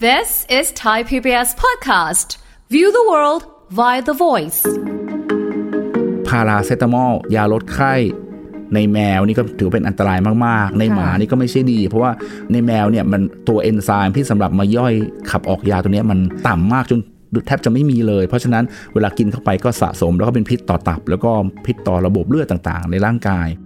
This is Thai PBS podcast. View the world via the voice. พาราเซตามอลยาลดไข้ในแมวนี่ก็ถือเป็นอันตรายมากๆในหมานี่ก็ไม่ใช่ดีเพราะว่าในแมวเนี่ยมันตัวเอนไซม์ที่สำหรับมาย่อยขับออกยาตัวนี้มันต่ำมากจนแทบจะไม่มีเลยเพราะฉะนั้นเวลากินเข้าไปก็สะสมแล้วก็เป็นพิษต่อตับแล้วก็พิษต่อระบบเลือดต่างๆในร่างกาย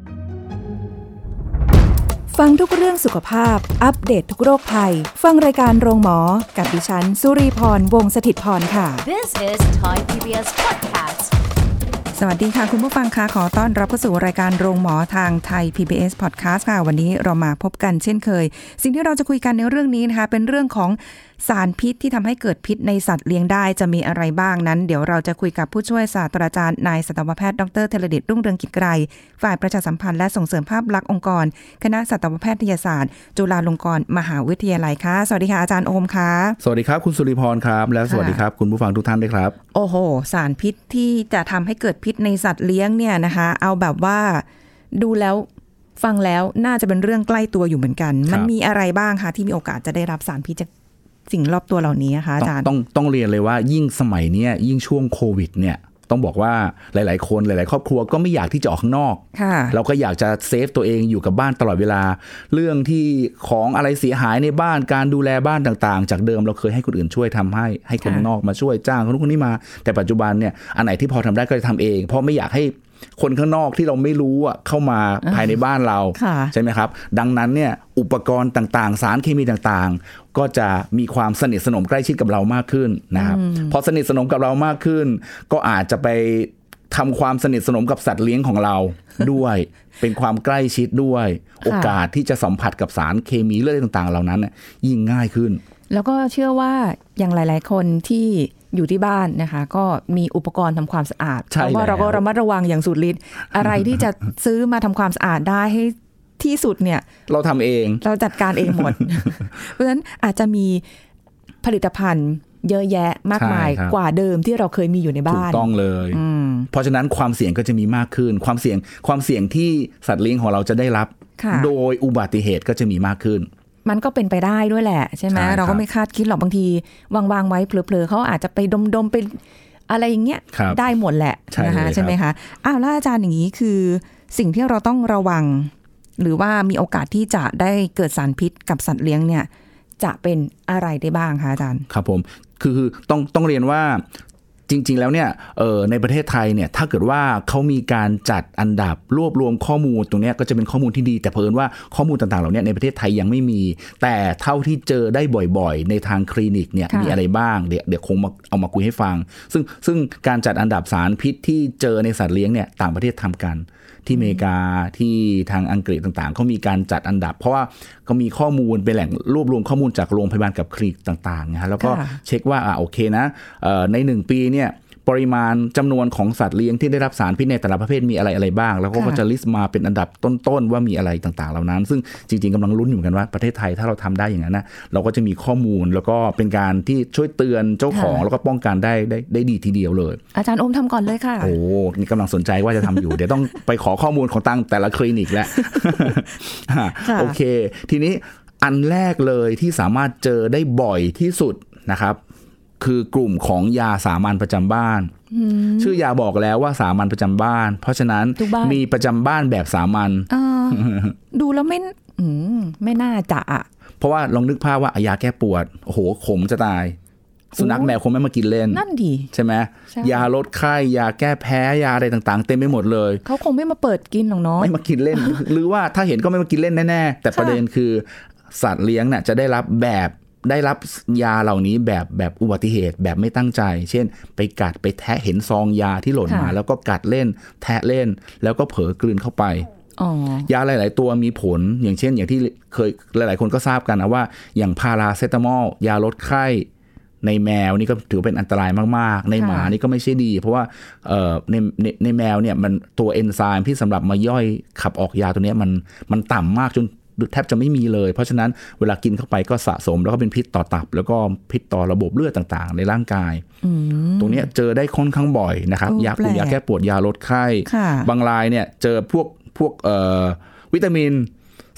ฟังทุกเรื่องสุขภาพอัปเดต ทุกโรคภัยฟังรายการโรงหมอกับดิฉันสุรีพรวงศ์สถิตย์พรค่ะ This is Thai PBS podcast. สวัสดีค่ะคุณผู้ฟังค่ะขอต้อนรับเข้าสู่รายการโรงหมอทางไทย PBS Podcast ค่ะวันนี้เรามาพบกันเช่นเคยสิ่งที่เราจะคุยกันในเรื่องนี้นะคะเป็นเรื่องของสารพิษที่ทำให้เกิดพิษในสัตว์เลี้ยงได้จะมีอะไรบ้างนั้นเดี๋ยวเราจะคุยกับผู้ช่วยศาสตราจารย์นายสัตวแพทย์ดร.เทเลเดชรุ่งเรืองกิจไกรฝ่ายประชาสัมพันธ์และส่งเสริมภาพลักษณ์องค์กรคณะสัตวแพทยศาสตร์จุฬาลงกรณ์มหาวิทยาลัยค่ะสวัสดีค่ะอาจารย์โอมค่ะสวัสดีครับคุณสุริพรครับและสวัสดีครับคุณผู้ฟังทุกท่านด้วยครับโอ้โหสารพิษที่จะทำให้เกิดพิษในสัตว์เลี้ยงเนี่ยนะคะเอาแบบว่าดูแล้วฟังแล้วน่าจะเป็นเรื่องใกล้ตัวอยู่เหมือนกันมันมีอะไรบ้างคะที่มีโอกาสจะได้รับสารพิษจากสิ่งรอบตัวเหล่านี้นะคะอาจารย์ต้องเรียนเลยว่ายิ่งสมัยนี้ยิ่งช่วงโควิดเนี่ยต้องบอกว่าหลายๆคนหลายๆครอบครัวก็ไม่อยากที่จะออกข้างนอกเราก็อยากจะเซฟตัวเองอยู่กับบ้านตลอดเวลาเรื่องที่ของอะไรเสียหายในบ้านการดูแลบ้านต่างๆจากเดิมเราเคยให้คนอื่นช่วยทำให้คนข้างนอกมาช่วยจ้างคนนู้นคนนี้มาแต่ปัจจุบันเนี่ยอันไหนที่พอทำได้ก็จะทำเองเพราะไม่อยากให้คนข้างนอกที่เราไม่รู้เข้ามาภายในบ้านเราใช่ไหมครับดังนั้นเนี่ยอุปกรณ์ต่างๆสารเคมีต่างๆก็จะมีความสนิทสนมใกล้ชิดกับเรามากขึ้นนะครับพอสนิทสนมกับเรามากขึ้นก็อาจจะไปทำความสนิทสนมกับสัตว์เลี้ยงของเราด้วย เป็นความใกล้ชิดด้วยโอกาสที่จะสัมผัสกับสารเคมีเรื่องต่างๆเหล่านั้นยิ่งง่ายขึ้นแล้วก็เชื่อว่าอย่างหลายๆคนที่อยู่ที่บ้านนะคะก็มีอุปกรณ์ทำความสะอาดเพราะว่าเราก็ระมัดระวังอย่างสุดฤทธิ์อะไรที่จะซื้อมาทำความสะอาดได้ให้ที่สุดเนี่ยเราทำเองเราจัดการเองหมด เพราะฉะนั้นอาจจะมีผลิตภัณฑ์เยอะแยะมากมายกว่าเดิมที่เราเคยมีอยู่ในบ้านถูกต้องเลยเพราะฉะนั้นความเสี่ยงก็จะมีมากขึ้นความเสี่ยงที่สัตว์เลี้ยงของเราจะได้รับโดยอุบัติเหตุก็จะมีมากขึ้นมันก็เป็นไปได้ด้วยแหละใช่ไหมเราก็ไม่คาดคิดหรอกบางทีวางไว้เผลอๆเขาอาจจะไปดมไปอะไรอย่างเงี้ยได้หมดแหละนะคะใช่ไหมคะอ้าวแล้วอาจารย์อย่างนี้คือสิ่งที่เราต้องระวังหรือว่ามีโอกาสที่จะได้เกิดสารพิษกับสัตว์เลี้ยงเนี่ยจะเป็นอะไรได้บ้างคะอาจารย์ครับผมคือต้องเรียนว่าจริงๆแล้วเนี่ยในประเทศไทยเนี่ยถ้าเกิดว่าเขามีการจัดอันดับรวบรวมข้อมูลตรงนี้ก็จะเป็นข้อมูลที่ดีแต่เผอิญว่าข้อมูลต่างๆเหล่านี้ในประเทศไทยยังไม่มีแต่เท่าที่เจอได้บ่อยๆในทางคลินิกเนี่ยมีอะไรบ้างเดี๋ยวคงเอามาคุยให้ฟังซึ่งการจัดอันดับสารพิษที่เจอในสัตว์เลี้ยงเนี่ยต่างประเทศทำกันที่อเมริกาที่ทางอังกฤษต่างๆเขามีการจัดอันดับเพราะว่าเขามีข้อมูลเป็นแหล่งรวบรวมข้อมูลจากโรงพยาบาลกับคลินิกต่างๆนะฮะแล้วก็เช็คว่าโอเคนะใน1ปีเนี่ยปริมาณจำนวนของสัตว์เลี้ยงที่ได้รับสารพิษในแต่ละประเภทมีอะไรบ้างแล้วก็จะลิสต์มาเป็นอันดับต้นๆว่ามีอะไรต่างๆเหล่านั้นซึ่งจริงๆกำลังลุ้นอยู่เหมือนกันว่าประเทศไทยถ้าเราทำได้อย่างนั้นนะเราก็จะมีข้อมูลแล้วก็เป็นการที่ช่วยเตือนเจ้าของแล้วก็ป้องกันได้ดีทีเดียวเลยอาจารย์โอมทำก่อนเลยค่ะโอ้นี่กำลังสนใจว่าจะทำอยู่ เดี๋ยวต้องไปขอข้อมูลของแต่ละคลินิกแล้ว โอเคทีนี้อันแรกเลยที่สามารถเจอได้บ่อยที่สุดนะครับคือกลุ่มของยาสามัญประจำบ้านชื่อยาบอกแล้วว่าสามัญประจำบ้านเพราะฉะนั้นมีประจำบ้านแบบสามัญดูแล้วไม่น่าจะเพราะว่าลองนึกภาพว่ายาแก้ปวดโอ้โหขมจะตายสุนัขแมวคงไม่มากินเล่นนั่นดีใช่ไหมยาลดไข้ยาแก้แพ้ยาอะไรต่างๆเต็มไปหมดเลยเขาคงไม่มาเปิดกินหรอกเนาะไม่มากินเล่น หรือว่าถ้าเห็นก็ไม่มากินเล่นแน่ๆแต่ประเด็นคือสัตว์เลี้ยงเนี่ยจะได้รับยาเหล่านี้แบบอุบัติเหตุแบบไม่ตั้งใจเช่นไปกัดไปแทะเห็นซองยาที่หล่นมาแล้วก็กัดเล่นแทะเล่นแล้วก็เผลอกลืนเข้าไปยาหลายๆตัวมีผลอย่างเช่นอย่างที่เคยหลายๆคนก็ทราบกันนะว่าอย่างพาราเซตามอลยาลดไข้ในแมวนี่ก็ถือเป็นอันตรายมากๆในหมานี่ก็ไม่ใช่ดีเพราะว่าในแมวเนี่ยมันตัวเอนไซม์ที่สำหรับมาย่อยขับออกยาตัวนี้มันต่ำมากจนแทบจะไม่มีเลยเพราะฉะนั้นเวลากินเข้าไปก็สะสมแล้วก็เป็นพิษต่อตับแล้วก็พิษต่อระบบเลือดต่างๆในร่างกายตรงนี้เจอได้ค่อนข้างบ่อยนะครับยาแก้ปวดยาลดไข้บางรายเนี่ยเจอพวกวิตามิน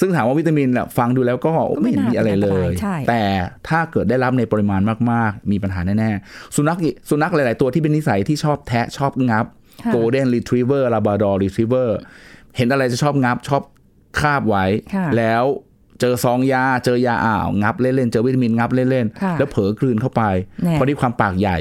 ซึ่งถามว่าวิตามินฟังดูแล้วก็ไม่เห็นมีอะไรเลยแต่ถ้าเกิดได้รับในปริมาณมากๆมีปัญหาแน่ๆสุนัขหลายๆตัวที่เป็นนิสัยที่ชอบแทะชอบงับ Golden Retriever Labrador Retriever เห็นอะไรจะชอบงับชอบคาบไว้แล้วเจอซองยาเจอยางับเล่นๆเจอวิตามินงับเล่นๆแล้วเผลอกลืนเข้าไปเพราะที่ความปากใหญ่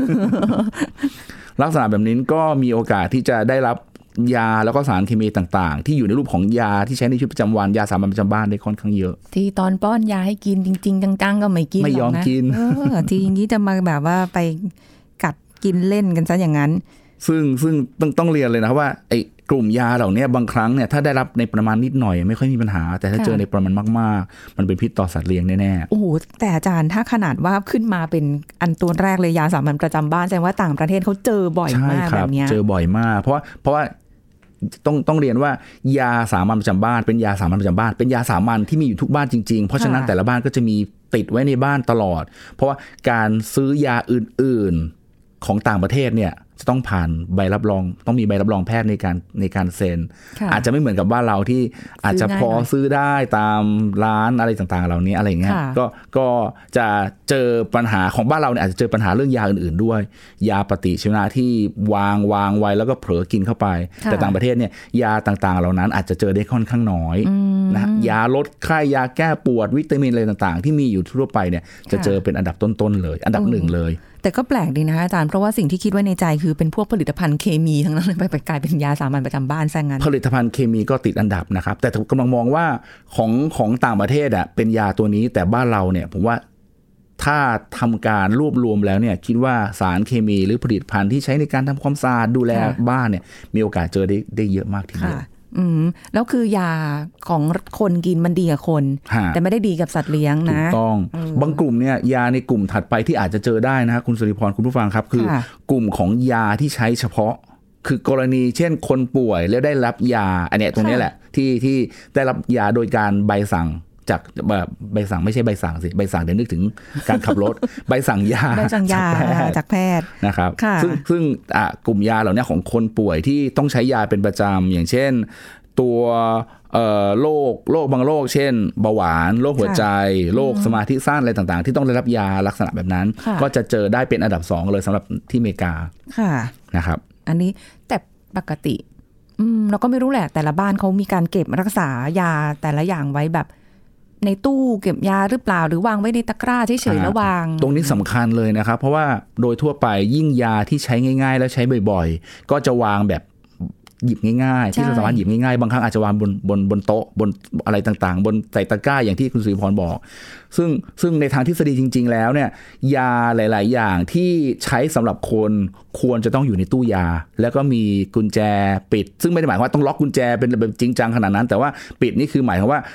ลักษณะแบบนี้ก็มีโอกาสที่จะได้รับยาแล้วก็สารเคมีต่างๆที่อยู่ในรูปของยาที่ใช้ในชีวิตประจำวันยาสามัญประจำบ้านได้ค่อนข้างเยอะที่ตอนป้อนยาให้กินจริงๆจังๆก็ไม่กินไม่ยอมกินทีอย่างนี้จะมาแบบว่าไปกัดกินเล่นกันซะอย่างนั้นซึ่งต้องเรียนเลยนะครับว่าไอ้กลุ่มยาเหล่านี้บางครั้งเนี่ยถ้าได้รับในประมาณนิดหน่อยไม่ค่อยมีปัญหาแต่ถ้าเจอในประมาณมากๆมันเป็นพิษต่อสัตว์เลี้ยงแน่ๆโอ้โหแต่อาจารย์ถ้าขนาดว่าขึ้นมาเป็นอันตัวแรกเลยยาสามัญประจำบ้านแสดงว่าต่างประเทศเขาเจอบ่อยมากแบบนี้เจอบ่อยมากเพราะว่าต้องเรียนว่ายาสามัญประจำบ้านเป็นยาสามัญประจำบ้านเป็นยาสามัญที่มีอยู่ทุกบ้านจริงๆเพราะฉะนั้นแต่ละบ้านก็จะมีติดไว้ในบ้านตลอดเพราะว่าการซื้อยาอื่นๆของต่างประเทศเนี่ยจะต้องผ่านใบรับรองต้องมีใบรับรองแพทย์ในการเซ็นอาจจะไม่เหมือนกับบ้านเราที่อาจจะพอซื้อได้ตามร้านอะไรต่างๆเหล่านี้อะไรเงี้ยก็จะเจอปัญหาของบ้านเราเนี่ยอาจจะเจอปัญหาเรื่องยาอื่นๆด้วยยาปฏิชีวนะที่วางไว้แล้วก็เผลอกินเข้าไปแต่ต่างประเทศเนี่ยยาต่างๆเหล่านั้นอาจจะเจอได้ค่อนข้างน้อยนะยาลดไข้ยาแก้ปวดวิตามินอะไรต่างๆที่มีอยู่ทั่วไปเนี่ยจะเจอเป็นอันดับต้นๆเลยอันดับหนึ่งเลยแต่ก็แปลกดีนะอาจารย์เพราะว่าสิ่งที่คิดไว้ในใจคือเป็นพวกผลิตภัณฑ์เคมีทั้งนั้นเลยไปกลายเป็นยาสามัญประจำบ้านซะงั้นผลิตภัณฑ์เคมีก็ติดอันดับนะครับแต่กำลังมองว่าของต่างประเทศอ่ะเป็นยาตัวนี้แต่บ้านเราเนี่ยผมว่าถ้าทำการรวบรวมแล้วเนี่ยคิดว่าสารเคมีหรือผลิตภัณฑ์ที่ใช้ในการทำความสะอาดดูแลบ้านเนี่ยมีโอกาสเจอได้เยอะมากทีเดียวแล้วคือยาของคนกินมันดีกับคนแต่ไม่ได้ดีกับสัตว์เลี้ยงนะถูกต้องบางกลุ่มเนี่ยยาในกลุ่มถัดไปที่อาจจะเจอได้นะคุณสุริพรคุณผู้ฟังครับคือกลุ่มของยาที่ใช้เฉพาะคือกรณีเช่นคนป่วยแล้วได้รับยาอันเนี้ยตรงนี้แหละที่ได้รับยาโดยการใบสั่งจากใบสั่งไม่ใช่ใบสั่งสิใบสั่งเดี๋ยวนึกถึงการขับรถใบสั่งยาจากแพทย์นะครับซึ่งกลุ่มยาเหล่านี้ของคนป่วยที่ต้องใช้ยาเป็นประจำอย่างเช่นตัวโรคบางโรคเช่นเบาหวานโรคหัวใจโรคสมาธิสั้นอะไรต่างๆที่ต้องได้รับยาลักษณะแบบนั้นก็จะเจอได้เป็นอันดับ2เลยสำหรับที่อเมริกานะครับอันนี้แต่ปกติเราก็ไม่รู้แหละแต่ละบ้านเขามีการเก็บรักษายาแต่ละอย่างไว้แบบในตู้เก็บยาหรือเปล่าหรือวางไว้ในตะกร้าเฉยๆแล้ววางตรงนี้สำคัญเลยนะครับเพราะว่าโดยทั่วไปยิ่งยาที่ใช้ง่ายๆแล้วใช้บ่อยๆก็จะวางแบบหยิบง่ายๆที่เราสามารถหยิบง่ายๆบางครั้งอาจจะวางบนโต๊ะบนอะไรต่างๆบนใส่ตะกร้าอย่างที่คุณสุริพรบอกซึ่งในทางทฤษฎีจริงๆแล้วเนี่ยยาหลายๆอย่างที่ใช้สำหรับคนควรจะต้องอยู่ในตู้ยาแล้วก็มีกุญแจปิดซึ่งไม่ได้หมายว่าต้องล็อกกุญแจเป็นแบบจริงจังขนาดนั้นแต่ว่าปิดนี่คือหมายความว่า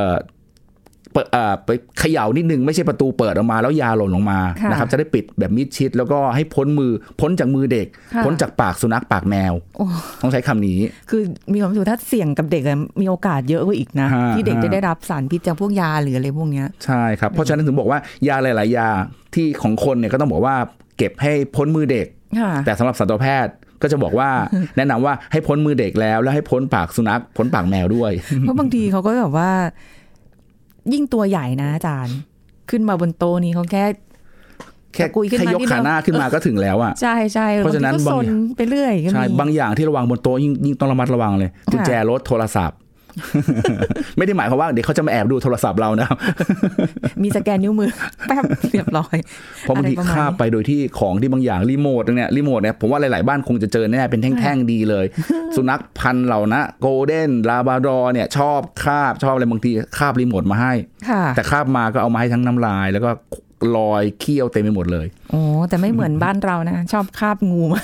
ไปเขย่านิดนึงไม่ใช่ประตูเปิดออกมาแล้วยาหล่นลงมานะครับจะได้ปิดแบบมิดชิดแล้วก็ให้พ้นจากมือเด็กพ้นจากปากสุนัขปากแมวต้องใช้คำนี้คือมีความรู้สึกถ้าเสี่ยงกับเด็กมีโอกาสเยอะกว่าอีกนะที่เด็กจะได้รับสารพิษจากพวกยาหรืออะไรพวกนี้ใช่ครับเพราะฉะนั้นถึงบอกว่ายาหลายๆยาที่ของคนเนี่ยก็ต้องบอกว่าเก็บให้พ้นมือเด็กแต่สำหรับสัตวแพทย์ก็จะบอกว่าแนะนำว่าให้พ้นมือเด็กแล้วให้พ้นปากสุนัขพ้นปากแมวด้วยเพราะบางทีเขาก็แบบว่ายิ่งตัวใหญ่นะอาจารย์ขึ้นมาบนโต๊ะนี้เขาแค่ยกขาหน้าขึ้นมาก็ถึงแล้วอ่ะใช่เพราะฉะนั้นบางทีไปเรื่อยใช่บางอย่างที่ระวังบนโต๊ะยิ่งต้องระมัดระวังเลยกุญแจรถโทรศัพท์ไม่ได้หมายความว่าเดี๋ยวเขาจะมาแอบดูโทรศัพท์เรานะครับมีสแกนนิ้วมือแป๊บเรียบร้อยเพราะบางทีคาบไปโดยที่ของที่บางอย่างรีโมทเนี่ยผมว่าหลายๆบ้านคงจะเจอแน่เป็นแท่งๆดีเลยสุนัขพันธุ์เหล่านะโกลเด้นลาบราดอร์เนี่ยชอบอะไรบางทีคาบรีโมทมาให้แต่คาบมาก็เอามาให้ทั้งน้ำลายแล้วก็ลอยเขี้ยวเต็มไปหมดเลยโอ้แต่ไม่เหมือนบ้านเรานะชอบคาบงูมา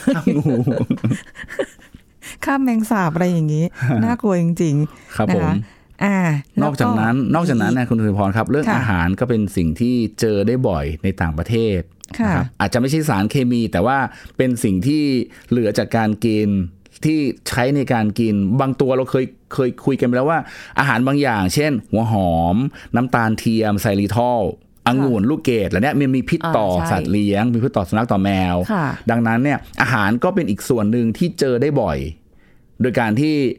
ข้ามแมงสาบอะไรอย่างนี้น่ากลัวจริงๆครับผมนอกจากนั้นนะคุณสุริพรครับเรื่องอาหารก็เป็นสิ่งที่เจอได้บ่อยในต่างประเทศนะครับอาจจะไม่ใช่สารเคมีแต่ว่าเป็นสิ่งที่เหลือจากการกินที่ใช้ในการกินบางตัวเราเคยคุยกันไปแล้วว่าอาหารบางอย่างเช่นหัวหอมน้ำตาลเทียมไซริทอลองุ่นลูกเกดแล้วเนี่ยมันมีพิษต่อสัตว์เลี้ยงมีพิษต่อสุนัขต่อแมวดังนั้นเนี่ยอาหารก็เป็นอีกส่วนหนึ่งที่เจอได้บ่อยโดยการที่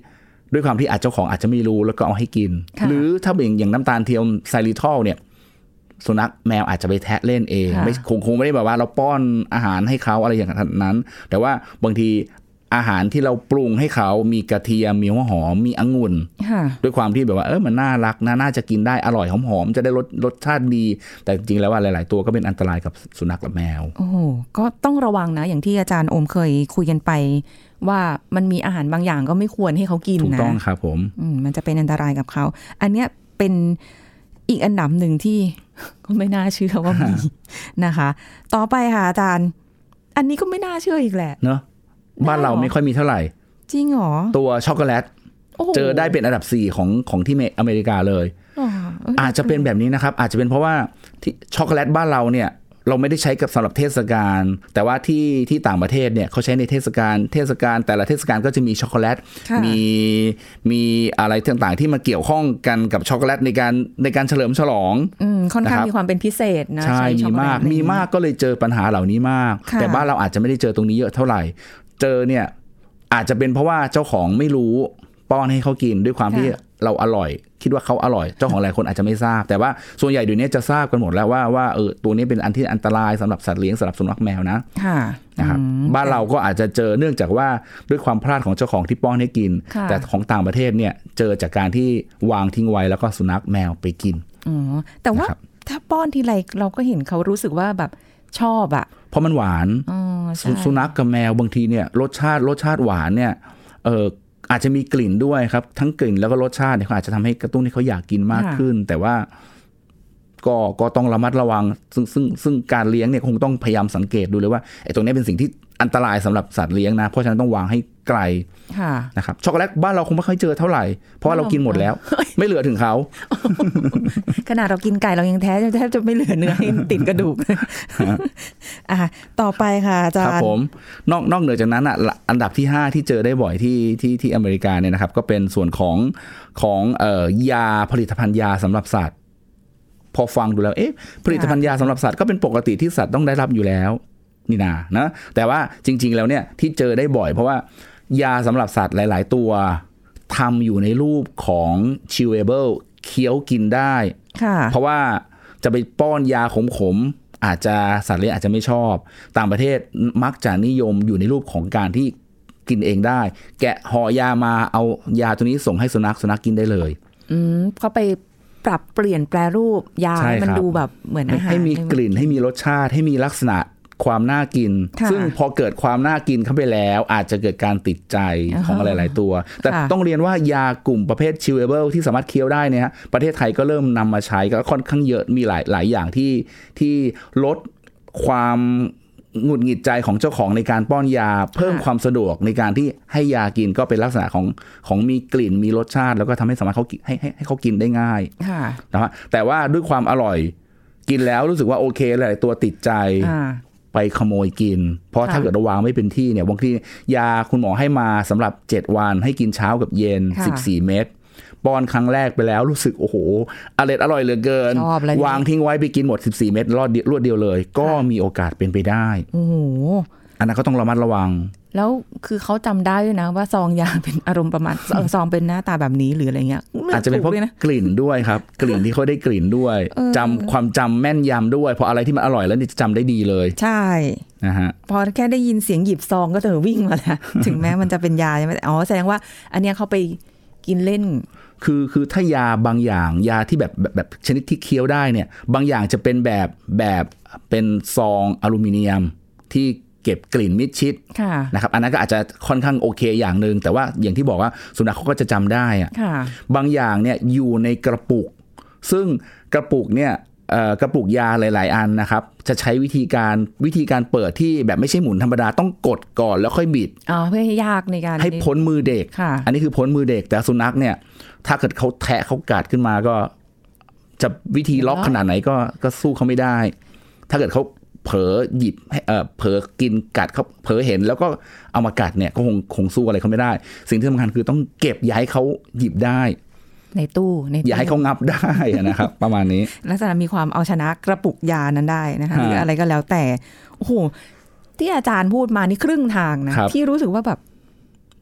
ด้วยความที่เจ้าของอาจจะไม่รู้แล้วก็เอาให้กินหรือถ้าอย่างน้ำตาลเทียมไซริทอลเนี่ยสุนัขแมวอาจจะไปแทะเล่นเองไม่คงไม่ได้แบบว่าเราป้อนอาหารให้เขาอะไรอย่างนั้นแต่ว่าบางทีอาหารที่เราปรุงให้เขามีกระเทียมมีหัวหอมมีองุ่นด้วยความที่แบบว่ามันน่ารักน่าจะกินได้อร่อยหอมๆจะได้รสชาติดีแต่จริงๆแล้วว่าหลายๆตัวก็เป็นอันตรายกับสุนัขและแมวโอ้โหก็ต้องระวังนะอย่างที่อาจารย์โอมเคยคุยกันไปว่ามันมีอาหารบางอย่างก็ไม่ควรให้เขากินนะถูกต้องครับผมมันจะเป็นอันตรายกับเขาอันเนี้ยเป็นอีกอันดับหนึ่งที่ก็ไม่น่าเชื่อว่ามีนะคะต่อไปค่ะอาจารย์อันนี้ก็ไม่น่าเชื่ออีกแหละเนอะบ้านเราไม่ค่อยมีเท่าไหร่จริงเหรอตัวช็อกโกแลตเจอได้เป็นอันดับ4ของที่อเมริกาเลยอาจจะเป็นแบบนี้นะครับอาจจะเป็นเพราะว่าที่ช็อกโกแลตบ้านเราเนี่ยเราไม่ได้ใช้กับสำหรับเทศกาลแต่ว่าที่ต่างประเทศเนี่ยเขาใช้ในเทศกาลแต่ละเทศกาลก็จะมีช็อกโกแลตมีอะไรต่างๆที่มาเกี่ยวข้องกันกับช็อกโกแลตในการเฉลิมฉลองค่อนข้างมีความเป็นพิเศษนะใช่มีมากก็เลยเจอปัญหาเหล่านี้มากแต่บ้านเราอาจจะไม่ได้เจอตรงนี้เยอะเท่าไหร่เจอเนี่ยอาจจะเป็นเพราะว่าเจ้าของไม่รู้ป้อนให้เขากินด้วยความที่เราอร่อยคิดว่าเขาอร่อยเจ้าของหลายคนอาจจะไม่ทราบแต่ว่าส่วนใหญ่เดี๋ยวนี้จะทราบกันหมดแล้วว่าตัวนี้เป็นอันที่อันตรายสำหรับสัตว์เลี้ยงสำหรับสุนัขแมวนะครับบ้านเราก็อาจจะเจอเนื่องจากว่าด้วยความพลาดของเจ้าของที่ป้อนให้กินแต่ของต่างประเทศเนี่ยเจอจากการที่วางทิ้งไว้แล้วก็สุนัขแมวไปกินแต่ว่าถ้าป้อนทีไรเราก็เห็นเขารู้สึกว่าแบบชอบอ่ะเพราะมันหวานสุนัขกับแมวบางทีเนี่ยรสชาติหวานเนี่ยอาจจะมีกลิ่นด้วยครับทั้งกลิ่นแล้วก็รสชาติเนี่ยอาจจะทำให้กระตุ้นให้เขาอยากกินมากขึ้นแต่ว่าก็ต้องระมัดระวังซึ่งการเลี้ยงเนี่ยคงต้องพยายามสังเกตดูเลยว่าไอ้ตรงนี้เป็นสิ่งที่อันตรายสำหรับสัตว์เลี้ยงนะเพราะฉะนั้นต้องวางให้ไกลนะครับช็อกโกแลตบ้านเราคงไม่ค่อยเจอเท่าไหร่เพราะว่าเรากินหมดแล้วไม่เหลือถึงเขาขนาดเรากินไก่เรายังแทบจะไม่เหลือเนื้อให้ติดกระดูกต่อไปค่ะอาจารย์ครับผมนอกเหนือจากนั้นอันดับที่5ที่เจอได้บ่อยที่อเมริกาเนี่ยนะครับก็เป็นส่วนของยาผลิตภัณฑ์ยาสำหรับสัตว์พอฟังดูแล้วผลิตภัณฑ์ยาสำหรับสัตว์ก็เป็นปกติที่สัตว์ต้องได้รับอยู่แล้วนี่นะแต่ว่าจริงๆแล้วเนี่ยที่เจอได้บ่อยเพราะว่ายาสำหรับสัตว์หลายๆตัวทำอยู่ในรูปของ chewable เคี้ยวกินได้เพราะว่าจะไปป้อนยาขมๆอาจจะสัตว์เลี้ยงอาจจะไม่ชอบต่างประเทศมักจะนิยมอยู่ในรูปของการที่กินเองได้แกะห่อยามาเอายาตัวนี้ส่งให้สุนัขกินได้เลยเขาไปปรับเปลี่ยนแปรรูปยาให้มันดูแบบเหมือนอาหารให้มีกลิ่นให้มีรสชาติให้มีลักษณะความน่ากินซึ่งพอเกิดความน่ากินเข้าไปแล้วอาจจะเกิดการติดใจของหลายๆตัวแต่ต้องเรียนว่ายากลุ่มประเภท chewable ที่สามารถเคี้ยวได้เนี่ยประเทศไทยก็เริ่มนำมาใช้ก็ค่อนข้างเยอะมีหลายอย่างที่ลดความหงุดหงิดใจของเจ้าของในการป้อนยาเพิ่มความสะดวกในการที่ให้ยากินก็เป็นลักษณะของมีกลิ่นมีรสชาติแล้วก็ทำให้สามารถให้เขากินได้ง่ายนะครับแต่ว่าด้วยความอร่อยกินแล้วรู้สึกว่าโอเคหลายตัวติดใจไปขโมยกินเพราะถ้าเกิดระวางไม่เป็นที่เนี่ยบางทียาคุณหมอให้มาสำหรับ7วันให้กินเช้ากับเย็น14เม็ดป้อนครั้งแรกไปแล้วรู้สึกโอ้โหอร่อยเหลือเกินวางทิ้งไว้ไปกินหมด14เม็ดรวดเดียวเลยก็มีโอกาสเป็นไปได้โอ้โหอันนั้นก็ต้องระมัดระวังแล้วคือเขาจำได้ด้วยนะว่าซองยาเป็นอารมณ์ประมาณซองเป็นหน้าตาแบบนี้หรืออะไรเงี้ยอาจจะเป็นเพราะกลิ่นด้วยครับกลิ่นที่เขาได้กลิ่นด้วยความจำแม่นยำด้วยพออะไรที่มันอร่อยแล้วนี่จะจำได้ดีเลยใช่นะฮะพอแค่ได้ยินเสียงหยิบซองก็จะวิ่งมาแล้วถึงแม้มันจะเป็นยาใช่ไหมแสดงว่าอันเนี้ยเขาไปกินเล่นคือถ้ายาบางอย่างยาที่แบบชนิดที่เคี้ยวได้เนี่ยบางอย่างจะเป็นแบบเป็นซองอลูมิเนียมที่เก็บกลิ่นมิดชิดนะครับอันนั้นก็อาจจะค่อนข้างโอเคอย่างนึงแต่ว่าอย่างที่บอกว่าสุนัขเขาก็จะจำได้อะบางอย่างเนี่ยอยู่ในกระปุกซึ่งกระปุกเนี่ยกระปุกยาหลายๆอันนะครับจะใช้วิธีการเปิดที่แบบไม่ใช่หมุนธรรมดาต้องกดก่อนแล้วค่อยบิดเพื่อให้ยากในการให้พ้นมือเด็กอันนี้คือพ้นมือเด็กแต่สุนัขเนี่ยถ้าเกิดเขาแทะเขากัดขึ้นมาก็จะวิธีล็อกขนาดไหนก็สู้เขาไม่ได้ถ้าเกิดเขาเผลอหยิบเผลอกินกัดเขาเผลอเห็นแล้วก็เอามากัดเนี่ยก็คงสู้อะไรเขาไม่ได้สิ่งที่สำคัญคือต้องเก็บอย่าให้เขาหยิบได้ในตู้อย่าให้เขางับได้นะครับประมาณนี้ลักษณะมีความเอาชนะกระปุกยานั้นได้นะคะหรืออะไรก็แล้วแต่โอ้โหที่อาจารย์พูดมานี่ครึ่งทางนะที่รู้สึกว่าแบบ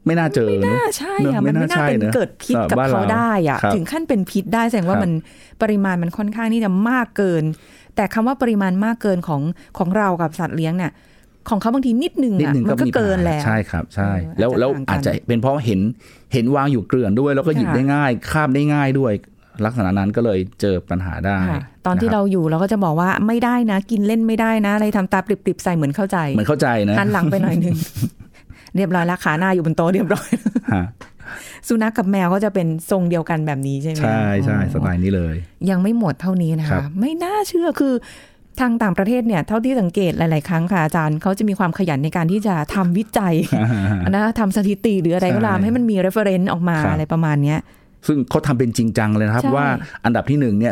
ไม่น่าเจอไม่น่าใช่อ่ะมันไม่น่าเป็นเกิดพิษกับเขาได้อ่ะถึงขั้นเป็นพิษได้แสดงว่ามันปริมาณมันค่อนข้างที่จะมากเกินแต่คำว่าปริมาณมากเกินของเรากับสัตว์เลี้ยงเนี่ยของเขาบางทีนิดนึงอ่ะมันก็เกินแล้วใช่ครับใช่แล้วอาจจะเป็นเพราะเห็นวางอยู่เกลื่อนด้วยแล้วก็หยิบได้ง่ายคาบได้ง่ายด้วยลักษณะนั้นก็เลยเจอปัญหาได้ตอนที่เราอยู่เราก็จะบอกว่าไม่ได้นะกินเล่นไม่ได้นะอะไรทำตาปริบๆใส่เหมือนเข้าใจนะหันหลังไปหน่อยนึงเรียบร้อยแล้วขาหน้าอยู่บนโต๊ะเรียบร้อยสุนัขกับแมวก็จะเป็นทรงเดียวกันแบบนี้ใช่ไหมใช่ใช่สไตล์นี้เลยยังไม่หมดเท่านี้นะคะไม่น่าเชื่อคือทางต่างประเทศเนี่ยเท่าที่สังเกตหลายๆครั้งค่ะอาจารย์เขาจะมีความขยันในการที่จะทำวิจัยนะทำสถิติหรืออะไรก็ตามให้มันมี reference ออกมาอะไรประมาณนี้ซึ่งเขาทำเป็นจริงจังเลยนะครับว่าอันดับที่1เนี่ย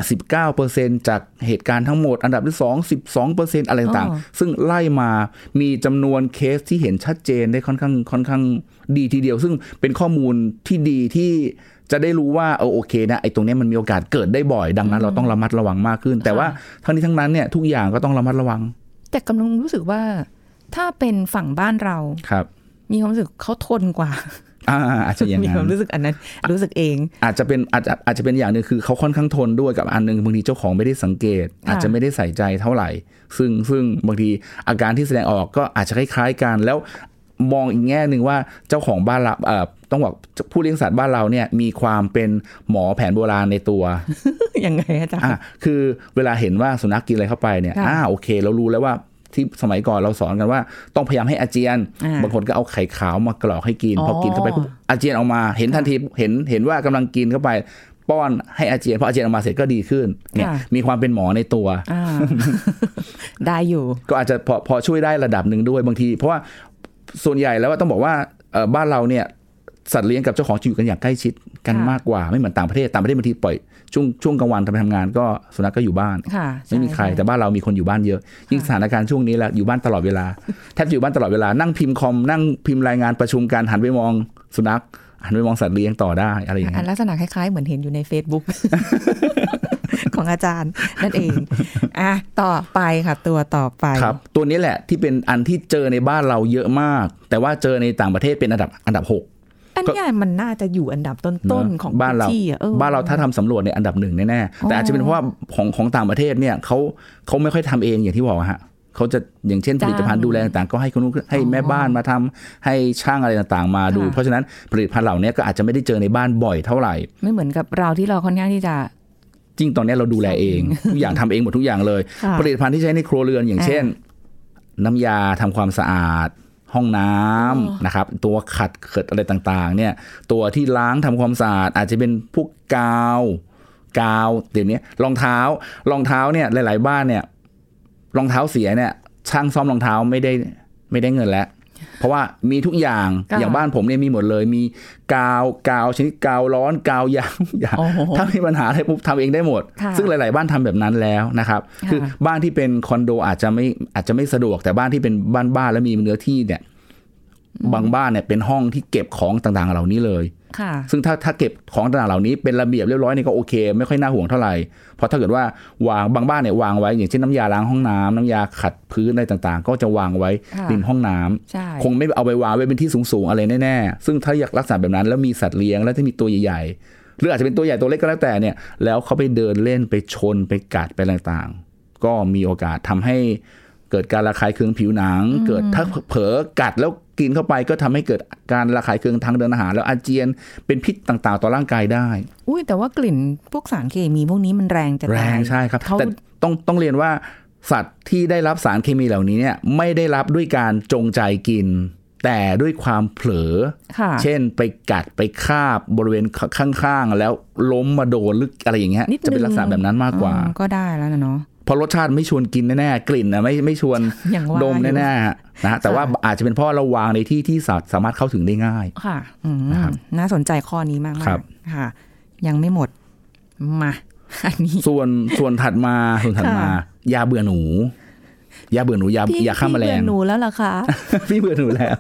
19% จากเหตุการณ์ทั้งหมดอันดับที่2 12% อะไรต่างๆซึ่งไล่มามีจำนวนเคสที่เห็นชัดเจนได้ค่อนข้างดีทีเดียวซึ่งเป็นข้อมูลที่ดีที่จะได้รู้ว่าโอเคนะไอ้ตรงนี้มันมีโอกาสเกิดได้บ่อยดังนั้นเราต้องระมัดระวังมากขึ้นแต่ว่าทั้งนี้ทั้งนั้นเนี่ยทุกอย่างก็ต้องระมัดระวังแต่กำลังรู้สึกว่าถ้าเป็นฝั่งบ้านเราครับมีความรู้สึกเขาทนกว่าอาจจะอย่างนั้นมีความรู้สึกอันนั้นรู้สึกเองอาจจะเป็นอย่างนึงคือเขาค่อนข้างทนด้วยกับอันนึงบางทีเจ้าของไม่ได้สังเกตอาจจะไม่ได้ใส่ใจเท่าไหร่ซึ่งบางทีอาการที่แสดงออกก็อาจจะคล้ายๆกันแล้วมองอีกแง่นึงว่าเจ้าของบ้านเราต้องบอกผู้เลี้ยงสัตว์บ้านเราเนี่ยมีความเป็นหมอแผนโบราณในตัวยังไงอาจารย์คือเวลาเห็นว่าสุนัขกินอะไรเข้าไปเนี่ยโอเคเรารู้แล้วว่าที่สมัยก่อนเราสอนกันว่าต้องพยายามให้อาเจียนบางคนก็เอาไข่ขาวมากรอกให้กินพอกินเข้าไปปุ๊บอาเจียนออกมาเห็นทันทีเห็นว่ากำลังกินเข้าไปป้อนให้อาเจียนพออาเจียนออกมาเสร็จก็ดีขึ้นเนี่ยมีความเป็นหมอในตัวได้อยู่ก็อาจจะพอช่วยได้ระดับหนึ่งด้วยบางทีเพราะว่าส่วนใหญ่แล้วต้องบอกว่าบ้านเราเนี่ยสัตว์เลี้ยงกับเจ้าของจะอยู่กันอย่างใกล้ชิดกันมากกว่าไม่เหมือนต่างประเทศบางทีปล่อยช่วงกลางวันทำงานก็สุนัขก็อยู่บ้านไม่มีใครแต่บ้านเรามีคนอยู่บ้านเยอะยิ่งสถานการณ์ช่วงนี้แล้วอยู่บ้านตลอดเวลาแทบอยู่บ้านตลอดเวลานั่งพิมพ์คอมนั่งพิมพ์รายงานประชุมกันหันไปมองสุนัขหันไปมองสัตว์เลี้ยงต่อได้อะไรอย่างเงี้ยลักษณะคล้ายๆเหมือนเห็นอยู่ใน Facebook ของอาจารย์นั่นเองต่อไปค่ะตัวต่อไปครับตัวนี้แหละที่เป็นอันที่เจอในบ้านเราเยอะมากแต่ว่าเจอในต่างประเทศเป็นอันดับ6 อันนี้มันน่าจะอยู่อันดับต้นๆของบ้านเราบ้านเราถ้าทำสำรวจในอันดับ1แน่ๆแต่อาจจะเป็นเพราะว่าของต่างประเทศเนี่ยเขาไม่ค่อยทำเองอย่างที่บอกฮะเขาจะอย่างเช่นผลิตภัณฑ์ดูแลต่างๆก็ให้คนนู้นให้แม่บ้านมาทำให้ช่างอะไรต่างๆมาดูเพราะฉะนั้นผลิตภัณฑ์เหล่านี้ก็อาจจะไม่ได้เจอในบ้านบ่อยเท่าไหร่ไม่เหมือนกับเราที่เราค่อนข้างที่จะจริงตอนนี้เราดูแลเองทุกอย่างทำเองหมดทุกอย่างเลยผลิตภัณฑ์ที่ใช้ในครัวเรือนอย่างเช่นน้ำยาทำความสะอาดห้องน้ำนะครับตัวขัดเขิดอะไรต่างๆเนี่ยตัวที่ล้างทำความสะอาดอาจจะเป็นพวกกาวเดี๋ยวนี้รองเท้าเนี่ยหลายๆบ้านเนี่ยรองเท้าเสียเนี่ยช่างซ่อมรองเท้าไม่ได้เงินแล้วเพราะว่ามีทุกอย่างบ้านผมเนี่ยมีหมดเลยมีกาวชนิดกาวร้อนกาวยางถ้ามีปัญหาอะไรปุ๊บทำเองได้หมดซึ่งหลายๆบ้านทำแบบนั้นแล้วนะครับคือบ้านที่เป็นคอนโดอาจจะไม่สะดวกแต่บ้านที่เป็นบ้านแล้วมีเนื้อที่เนี่ยบางบ้านเนี่ยเป็นห้องที่เก็บของต่างๆเหล่านี้เลยซึ่งถ้าเก็บของต่างๆเหล่านี้เป็นระเบียบเรียบร้อยนี่ก็โอเคไม่ค่อยน่าห่วงเท่าไหร่เพราะถ้าเกิดว่าวางบางบ้านเนี่ยวางไว้อย่างเช่นน้ำยาล้างห้องน้ำน้ำยาขัดพื้นอะไรต่างๆก็จะวางไว้ริมห้องน้ำคงไม่เอาไปวางไว้เป็นที่สูงๆอะไรแน่ๆซึ่งถ้าอยากรักษาแบบนั้นแล้วมีสัตว์เลี้ยงแล้วที่มีตัวใหญ่ๆหรืออาจจะเป็นตัวใหญ่ตัวเล็กก็แล้วแต่เนี่ยแล้วเขาไปเดินเล่นไปชนไปกัดไปต่างๆก็มีโอกาสทำให้เกิดการระคายเคืองผิวหนังเกิดถ้าเผลอกัดแล้วกินเข้าไปก็ทำให้เกิดการระคายเคืองทางเดินอาหารแล้วอาเจียนเป็นพิษต่างๆต่อร่างกายได้แต่ว่ากลิ่นพวกสารเคมีพวกนี้มันแรงจะตายแรงใช่ครับแต่ต้องเรียนว่าสัตว์ที่ได้รับสารเคมีเหล่านี้เนี่ยไม่ได้รับด้วยการจงใจกินแต่ด้วยความเผลอเช่นไปกัดไปคาบบริเวณข้างๆแล้วล้มมาโดนหรืออะไรอย่างเงี้ยจะเป็นลักษณะแบบนั้นมากกว่าก็ได้แล้วนะเนาะพอรสชาติไม่ชวนกินแน่ๆกลิ่นนะไม่ชวนดมแน่ๆนะแต่ว่าอาจจะเป็นเพราะเราวางในที่สัตว์สามารถเข้าถึงได้ง่ายค่ะน่าสนใจข้อนี้มากๆค่ะยังไม่หมดมาอันนี้ส่วนถัดมายาเบื่อหนูยาฆ่าแมลงพี่เบื่อหนูแล้วล่ะคะพี่เบื่อหนูแล้ว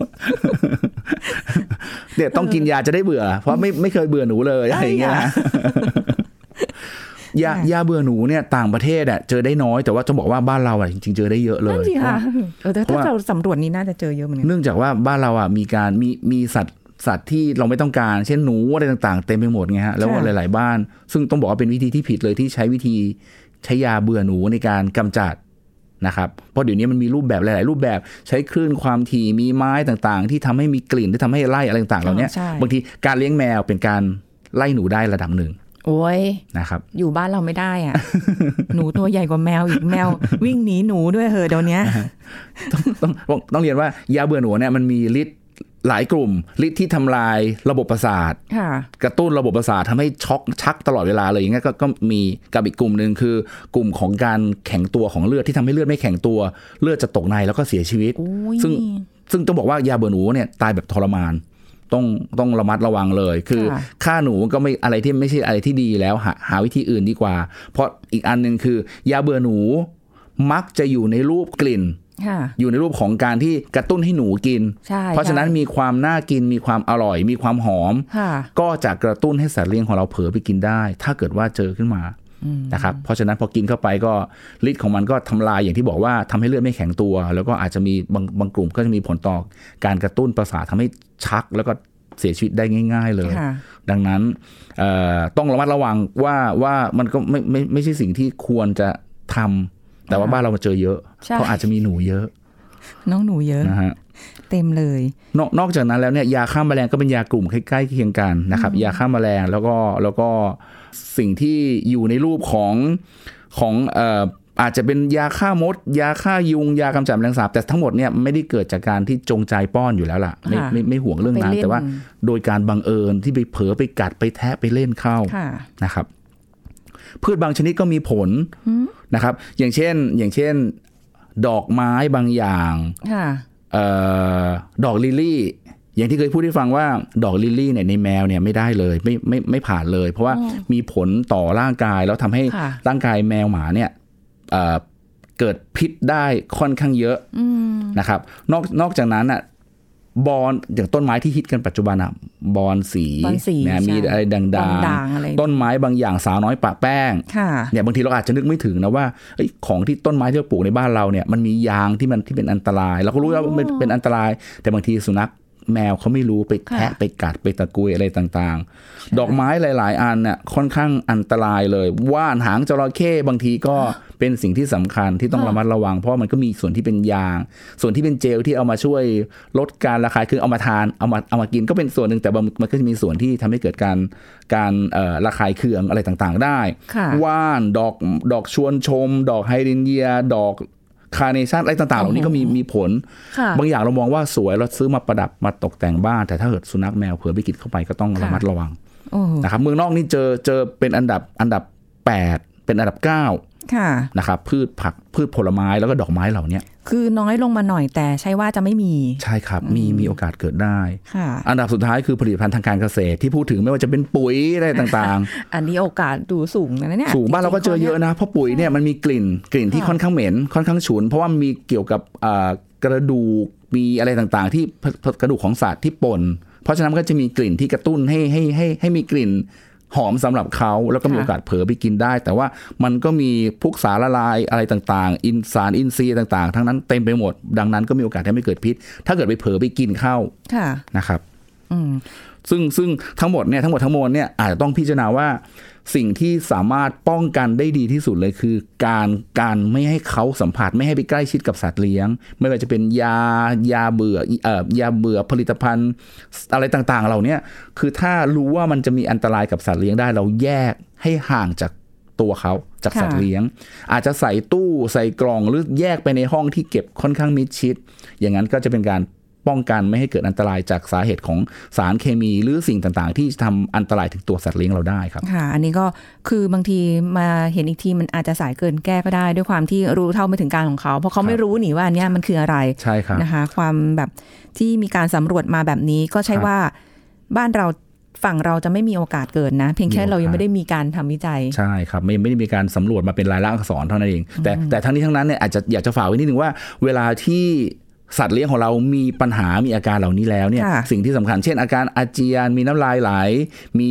เนี่ยต้องกินยาจะได้เบื่อเพราะไม่เคยเบื่อหนูเลยอะไรอย่างเงี้ยยาเบื่อหนูเนี่ยต่างประเทศเจอได้น้อยแต่ว่าจะบอกว่าบ้านเราจริงๆเจอได้เยอะเลยนั่นสิค่ะแต่ถ้าเราสำรวจนี้น่าจะเจอเยอะเหมือนกันเนื่องจากว่าบ้านเรามีสัตว์สัตว์ที่เราไม่ต้องการเช่นหนูอะไรต่างๆเต็มไปหมดไงฮะแล้วหลายๆบ้านซึ่งต้องบอกว่าเป็นวิธีที่ผิดเลยที่ใช้วิธีใช้ยาเบื่อหนูในการกำจัดนะครับเพราะเดี๋ยวนี้มันมีรูปแบบหลายๆรูปแบบใช้คลื่นความถี่มีไม้ต่างๆที่ทำให้มีกลิ่นที่ทำให้ไล่อะไรต่างๆเหล่านี้บางทีการเลี้ยงแมวเป็นการไล่หนูได้ระดับหนึ่งโอ้ยนะครับอยู่บ้านเราไม่ได้อ่ะ หนูตัวใหญ่กว่าแมวอีกแมววิ่งหนีหนูด้วยเดี๋ยวนี้ต้องเรียนว่ายาเบื่อหนูเนี่ยมันมีฤทธิ์หลายกลุ่มฤทธิ์ที่ทำลายระบบประสาทกระตุ้นระบบประสาททำให้ชักตลอดเวลาเลยอย่างเงี้ยก็มีกับอีกกลุ่มนึงคือกลุ่มของการแข็งตัวของเลือดที่ทำให้เลือดไม่แข็งตัวเลือดจะตกในแล้วก็เสียชีวิตซึ่งต้องบอกว่ายาเบื่อหนูเนี่ยตายแบบทรมานต้องระมัดระวังเลยคือฆ่าหนูก็ไม่อะไรที่ไม่ใช่อะไรที่ดีแล้วหาวิธีอื่นดีกว่าเพราะอีกอันนึงคือยาเบื่อหนูมักจะอยู่ในรูปกลิ่นอยู่ในรูปของการที่กระตุ้นให้หนูกินเพราะฉะนั้นมีความน่ากินมีความอร่อยมีความหอมก็จะกระตุ้นให้สัตว์เลี้ยงของเราเผลอไปกินได้ถ้าเกิดว่าเจอขึ้นมานะครับเพราะฉะนั้นพอกินเข้าไปก็ฤทธิ์ของมันก็ทำลายอย่างที่บอกว่าทำให้เลือดไม่แข็งตัวแล้วก็อาจจะมีบางกลุ่มก็จะมีผลต่อการกระตุ้นประสาททำให้ชักแล้วก็เสียชีวิตได้ง่ายๆเลยดังนั้นต้องระมัดระวังว่ามันก็ไม่ใช่สิ่งที่ควรจะทำแต่ว่าบ้านเรามาเจอเยอะเพราะอาจจะมีหนูเยอะน้องหนูเยอะนะฮะเต็มเลยนอกจากนั้นแล้วเนี่ยยาฆ่าแมลงก็เป็นยากลุ่มใกล้ๆเคียงกันนะครับยาฆ่าแมลงแล้วก็สิ่งที่อยู่ในรูปของอาจจะเป็นยาฆ่ามดยาฆ่ายุงยากำจัดแมลงสาบแต่ทั้งหมดเนี่ยไม่ได้เกิดจากการที่จงใจป้อนอยู่แล้วล่ะไม่ห่วงเรื่องนั้นแต่ว่าโดยการบังเอิญที่ไปเผลอไปกัดไปแทะไปเล่นเข้านะครับพืชบางชนิดก็มีผลนะครับอย่างเช่นดอกไม้บางอย่างดอกลิลลี่อย่างที่เคยพูดให้ฟังว่าดอกลิลลี่เนี่ยในแมวเนี่ยไม่ได้เลยไม่ผ่านเลยเพราะว่ามีผลต่อร่างกายแล้วทำให้ร่างกายแมวหมาเนี่ยเกิดพิษได้ค่อนข้างเยอะนะครับนอกจากนั้นอ่ะบอนอย่างต้นไม้ที่ฮิตกันปัจจุบันอ่ะบอนสีเนี่ยมีอะไรด่างๆต้นไม้บางอย่างสาวน้อยปะแป้งเนี่ยบางทีเราอาจจะนึกไม่ถึงนะว่าของที่ต้นไม้ที่เราปลูกในบ้านเราเนี่ยมันมียางที่เป็นอันตรายเราก็รู้ว่ามันเป็นอันตรายแต่บางทีสุนัขแมวเขาไม่รู้ไปแทะไปกัดไปตะกุยอะไรต่างๆดอกไม้หลายๆอันเนี่ยค่อนข้างอันตรายเลยว่านหางจระเข้บางทีก็เป็นสิ่งที่สำคัญที่ต้องระมัดระวังเพราะมันก็มีส่วนที่เป็นยางส่วนที่เป็นเจลที่เอามาช่วยลดการระคายคือเอามาทานเอามากินก็เป็นส่วนหนึ่งแต่มันก็จะมีส่วนที่ทำให้เกิดการระคายเคืองอะไรต่างๆได้ว่านดอกชวนชมดอกไฮเดรนเยียดอกคาร์เนชั่นอะไรต่างๆเหล่านี้ก็มีผลบางอย่างเรามองว่าสวยเราซื้อมาประดับมาตกแต่งบ้านแต่ถ้าเกิดสุนัขแมวเผลอไปกินเข้าไปก็ต้องระมัดระวังนะครับเมืองนอกนี่เจอเป็นอันดับ8เป็นอันดับ9นะครับพืชผลไม้แล้วก็ดอกไม้เหล่านี้คือน้อยลงมาหน่อยแต่ใช่ว่าจะไม่มีใช่ครับมีโอกาสเกิดได้อันดับสุดท้ายคือผลิตภัณฑ์ทางการเกษตรที่พูดถึงไม่ว่าจะเป็นปุ๋ยอะไรต่างๆ อันนี้โอกาสดูสูงนะเนี่ยสูงบ้านเราก็เจอเยอะนะเพราะปุ๋ยเนี่ยมันมีกลิ่นที่ค่อนข้างเหม็นค่อนข้างฉุนเพราะว่ามีเกี่ยวกับกระดูกมีอะไรต่างๆที่กระดูกของสัตว์ที่ป่นเพราะฉะนั้นก็จะมีกลิ่นที่กระตุ้นให้มีกลิ่นหอมสำหรับเขาแล้วก็มีโอกาสเผลอไปกินได้แต่ว่ามันก็มีพวกสารละลายอะไรต่างๆสารอินทรีย์ต่างๆทั้งนั้นเต็มไปหมดดังนั้นก็มีโอกาสที่ไม่เกิดพิษถ้าเกิดไปเผลอไปกินเข้านะครับซึ่งทั้งหมดทั้งมวลเนี่ยอาจจะต้องพิจารณาว่าสิ่งที่สามารถป้องกันได้ดีที่สุดเลยคือการไม่ให้เขาสัมผัสไม่ให้ไปใกล้ชิดกับสัตว์เลี้ยงไม่ว่าจะเป็นยาเบื่อผลิตภัณฑ์อะไรต่างๆเหล่านี้คือถ้ารู้ว่ามันจะมีอันตรายกับสัตว์เลี้ยงได้เราแยกให้ห่างจากตัวเขาจากสัตว์เลี้ยงอาจจะใส่ตู้ใส่กล่องหรือแยกไปในห้องที่เก็บค่อนข้างมิดชิดอย่างนั้นก็จะเป็นการป้องกันไม่ให้เกิดอันตรายจากสาเหตุของสารเคมีหรือสิ่งต่างๆที่ทำอันตรายถึงตัวสัตว์เลี้ยงเราได้ครับค่ะอันนี้ก็คือบางทีมาเห็นอีกทีมันอาจจะสายเกินแก้ก็ได้ด้วยความที่รู้เท่าไม่ถึงการของเขาเพราะเขาไม่รู้หนิว่าเนี่ยมันคืออะไรใช่ครับนะคะความแบบที่มีการสำรวจมาแบบนี้ก็ใช่ว่าบ้านเราฝั่งเราจะไม่มีโอกาสเกิดนะเพียงแค่เรายังไม่ได้มีการทำวิจัยใช่ครับไม่ได้มีการสำรวจมาเป็นลายลักษณ์อักษรเท่านั้นเองแต่ทั้งนี้ทั้งนั้นเนี่ยอาจจะอยากจะฝากไว้นิดนึงว่าเวลาที่สัตว์เลี้ยงของเรามีปัญหามีอาการเหล่านี้แล้วเนี่ยสิ่งที่สำคัญเช่นอาการอาเจียนมีน้ำลายไหลมี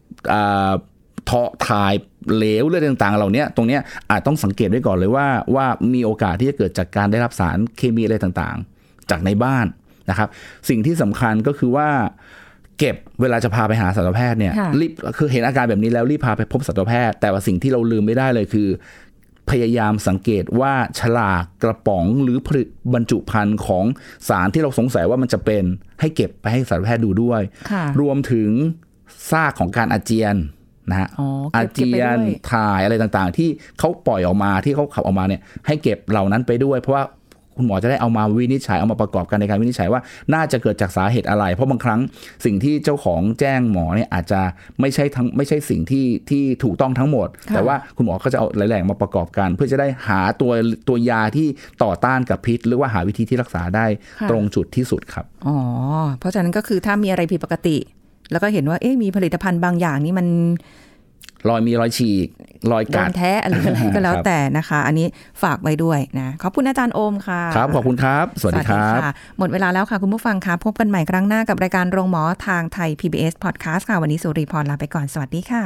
ถ่ายเหลวเลือดต่างๆเหล่านี้ตรงนี้อาจต้องสังเกตไว้ก่อนเลยว่ามีโอกาสที่จะเกิดจากการได้รับสารเคมีอะไรต่างๆจากในบ้านนะครับสิ่งที่สำคัญก็คือว่าเก็บเวลาจะพาไปหาสัตวแพทย์เนี่ยรีบคือเห็นอาการแบบนี้แล้วรีบพาไปพบสัตวแพทย์แต่ว่าสิ่งที่เราลืมไม่ได้เลยคือพยายามสังเกตว่าฉลากกระป๋องหรือบรรจุภัณฑ์ของสารที่เราสงสัยว่ามันจะเป็นให้เก็บไปให้สัตวแพทย์ดูด้วยรวมถึงซากของการอาเจียนนะฮะอาเจียนถ่ายอะไรต่างๆที่เขาปล่อยออกมาที่เขาขับออกมาเนี่ยให้เก็บเหล่านั้นไปด้วยเพราะว่าคุณหมอจะได้เอามาวินิจฉัยเอามาประกอบกันในการวินิจฉัยว่าน่าจะเกิดจากสาเหตุอะไรเพราะบางครั้งสิ่งที่เจ้าของแจ้งหมอเนี่ยอาจจะไม่ใช่สิ่งที่ถูกต้องทั้งหมดแต่ว่าคุณหมอก็จะเอาหลายๆมาประกอบกันเพื่อจะได้หาตัวยาที่ต่อต้านกับพิษหรือว่าหาวิธีที่รักษาได้ตรงจุดที่สุดครับอ๋อเพราะฉะนั้นก็คือถ้ามีอะไรผิดปกติแล้วก็เห็นว่ามีผลิตภัณฑ์บางอย่างนี่มันมีรอยฉีกรอยกัดแท้อะไรก็แล้วแต่นะคะอันนี้ฝากไว้ด้วยนะขอบคุณอาจารย์โอมค่ะครับขอบคุณครับสวัสดีครับหมดเวลาแล้วค่ะคุณผู้ฟังค่ะพบกันใหม่ครั้งหน้ากับรายการโรงหมอทางไทย PBS Podcast ค่ะวันนี้สุริพรลาไปก่อนสวัสดีค่ะ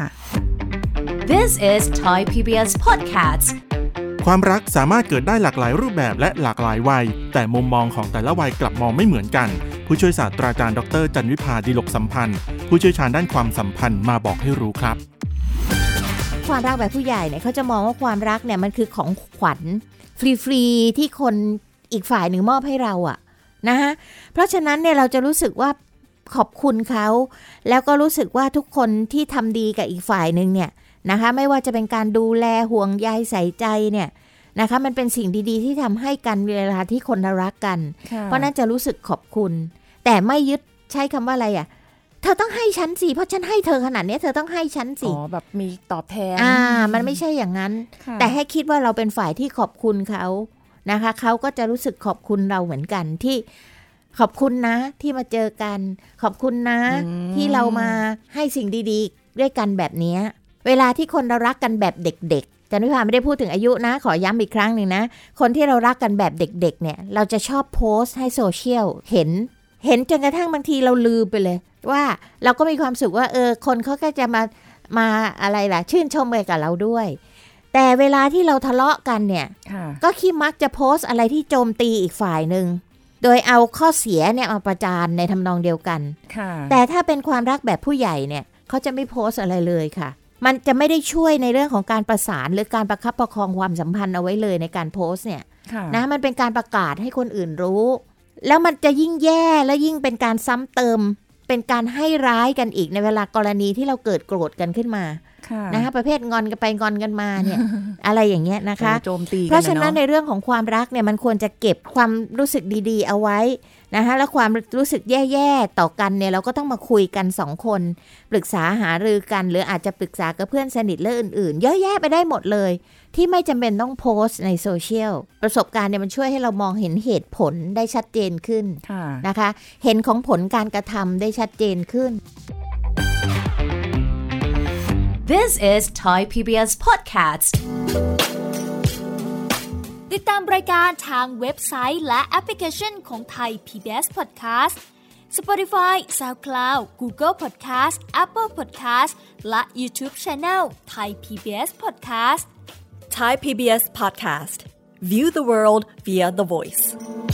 This is Thai PBS Podcast ความรักสามารถเกิดได้หลากหลายรูปแบบและหลากหลายวัยแต่มุมมองของแต่ละวัยกลับมองไม่เหมือนกันผู้ช่วยศาสตราจารย์ดรจันวิภาดิลกสัมพันธ์ผู้เชี่ยวชาญด้านความสัมพันธ์มาบอกให้รู้ครับความรักแบบผู้ใหญ่เนี่ยเขาจะมองว่าความรักเนี่ยมันคือของขวัญฟรีๆที่คนอีกฝ่ายหนึ่งมอบให้เราอะนะฮะเพราะฉะนั้นเนี่ยเราจะรู้สึกว่าขอบคุณเขาแล้วก็รู้สึกว่าทุกคนที่ทำดีกับอีกฝ่ายหนึ่งเนี่ยนะคะไม่ว่าจะเป็นการดูแลห่วงใยใส่ใจเนี่ยนะคะมันเป็นสิ่งดีๆที่ทำให้กันเวลาที่คนรักกันเพราะนั้นจะรู้สึกขอบคุณแต่ไม่ยึดใช้คำว่าอะไรอะเธอต้องให้ฉันสิเพราะฉันให้เธอขนาดนี้เธอต้องให้ฉันสิแบบมีตอบแทนมันไม่ใช่อย่างนั้นแต่ให้คิดว่าเราเป็นฝ่ายที่ขอบคุณเขานะคะเขาก็จะรู้สึกขอบคุณเราเหมือนกันที่ขอบคุณนะที่มาเจอกันขอบคุณนะที่เรามาให้สิ่งดีๆด้วยกันแบบนี้เวลาที่คนเรารักกันแบบเด็กๆจันวิภาไม่ได้พูดถึงอายุนะขอย้ำอีกครั้งหนึ่งนะคนที่เรารักกันแบบเด็กๆเนี่ยเราจะชอบโพสต์ให้โซเชียลเห็นจนกระทั่งบางทีเราลืมไปเลยว่าเราก็มีความสุขว่าคนเขาก็จะมาอะไรล่ะชื่นชมกับเราด้วยแต่เวลาที่เราทะเลาะกันเนี่ยก็ขี้มักจะโพสต์อะไรที่โจมตีอีกฝ่ายนึงโดยเอาข้อเสียเนี่ยมาประจานในทำนองเดียวกันแต่ถ้าเป็นความรักแบบผู้ใหญ่เนี่ยเขาจะไม่โพสต์อะไรเลยค่ะมันจะไม่ได้ช่วยในเรื่องของการประสานหรือการประคับประคองความสัมพันธ์เอาไว้เลยในการโพสต์เนี่ยนะมันเป็นการประกาศให้คนอื่นรู้แล้วมันจะยิ่งแย่และยิ่งเป็นการซ้ำเติมเป็นการให้ร้ายกันอีกในเวลากรณีที่เราเกิดโกรธกันขึ้นมานะคะประเภทงอนกันไปงอนกันมาเนี่ย อะไรอย่างเงี้ยนะคะเพราะฉะนั้นในเรื่องของความรักเนี่ยมันควรจะเก็บความรู้สึกดีๆเอาไว้นะคะแล้วความรู้สึกแย่ๆต่อกันเนี่ยเราก็ต้องมาคุยกัน2คนปรึกษาหารือกันหรืออาจจะปรึกษากับเพื่อนสนิทและอื่นๆเยอะแยะไปได้หมดเลยที่ไม่จำเป็นต้องโพสต์ในโซเชียลประสบการณ์เนี่ยมันช่วยให้เรามองเห็นเหตุผลได้ชัดเจนขึ้นนะคะเห็นของผลการกระทำได้ชัดเจนขึ้น This is Thai PBS Podcast ติดตามรายการทางเว็บไซต์และแอปพลิเคชันของ Thai PBS Podcast Spotify, SoundCloud, Google Podcast, Apple Podcast และ YouTube Channel Thai PBS Podcast Thai PBS Podcast. View the world via the voice.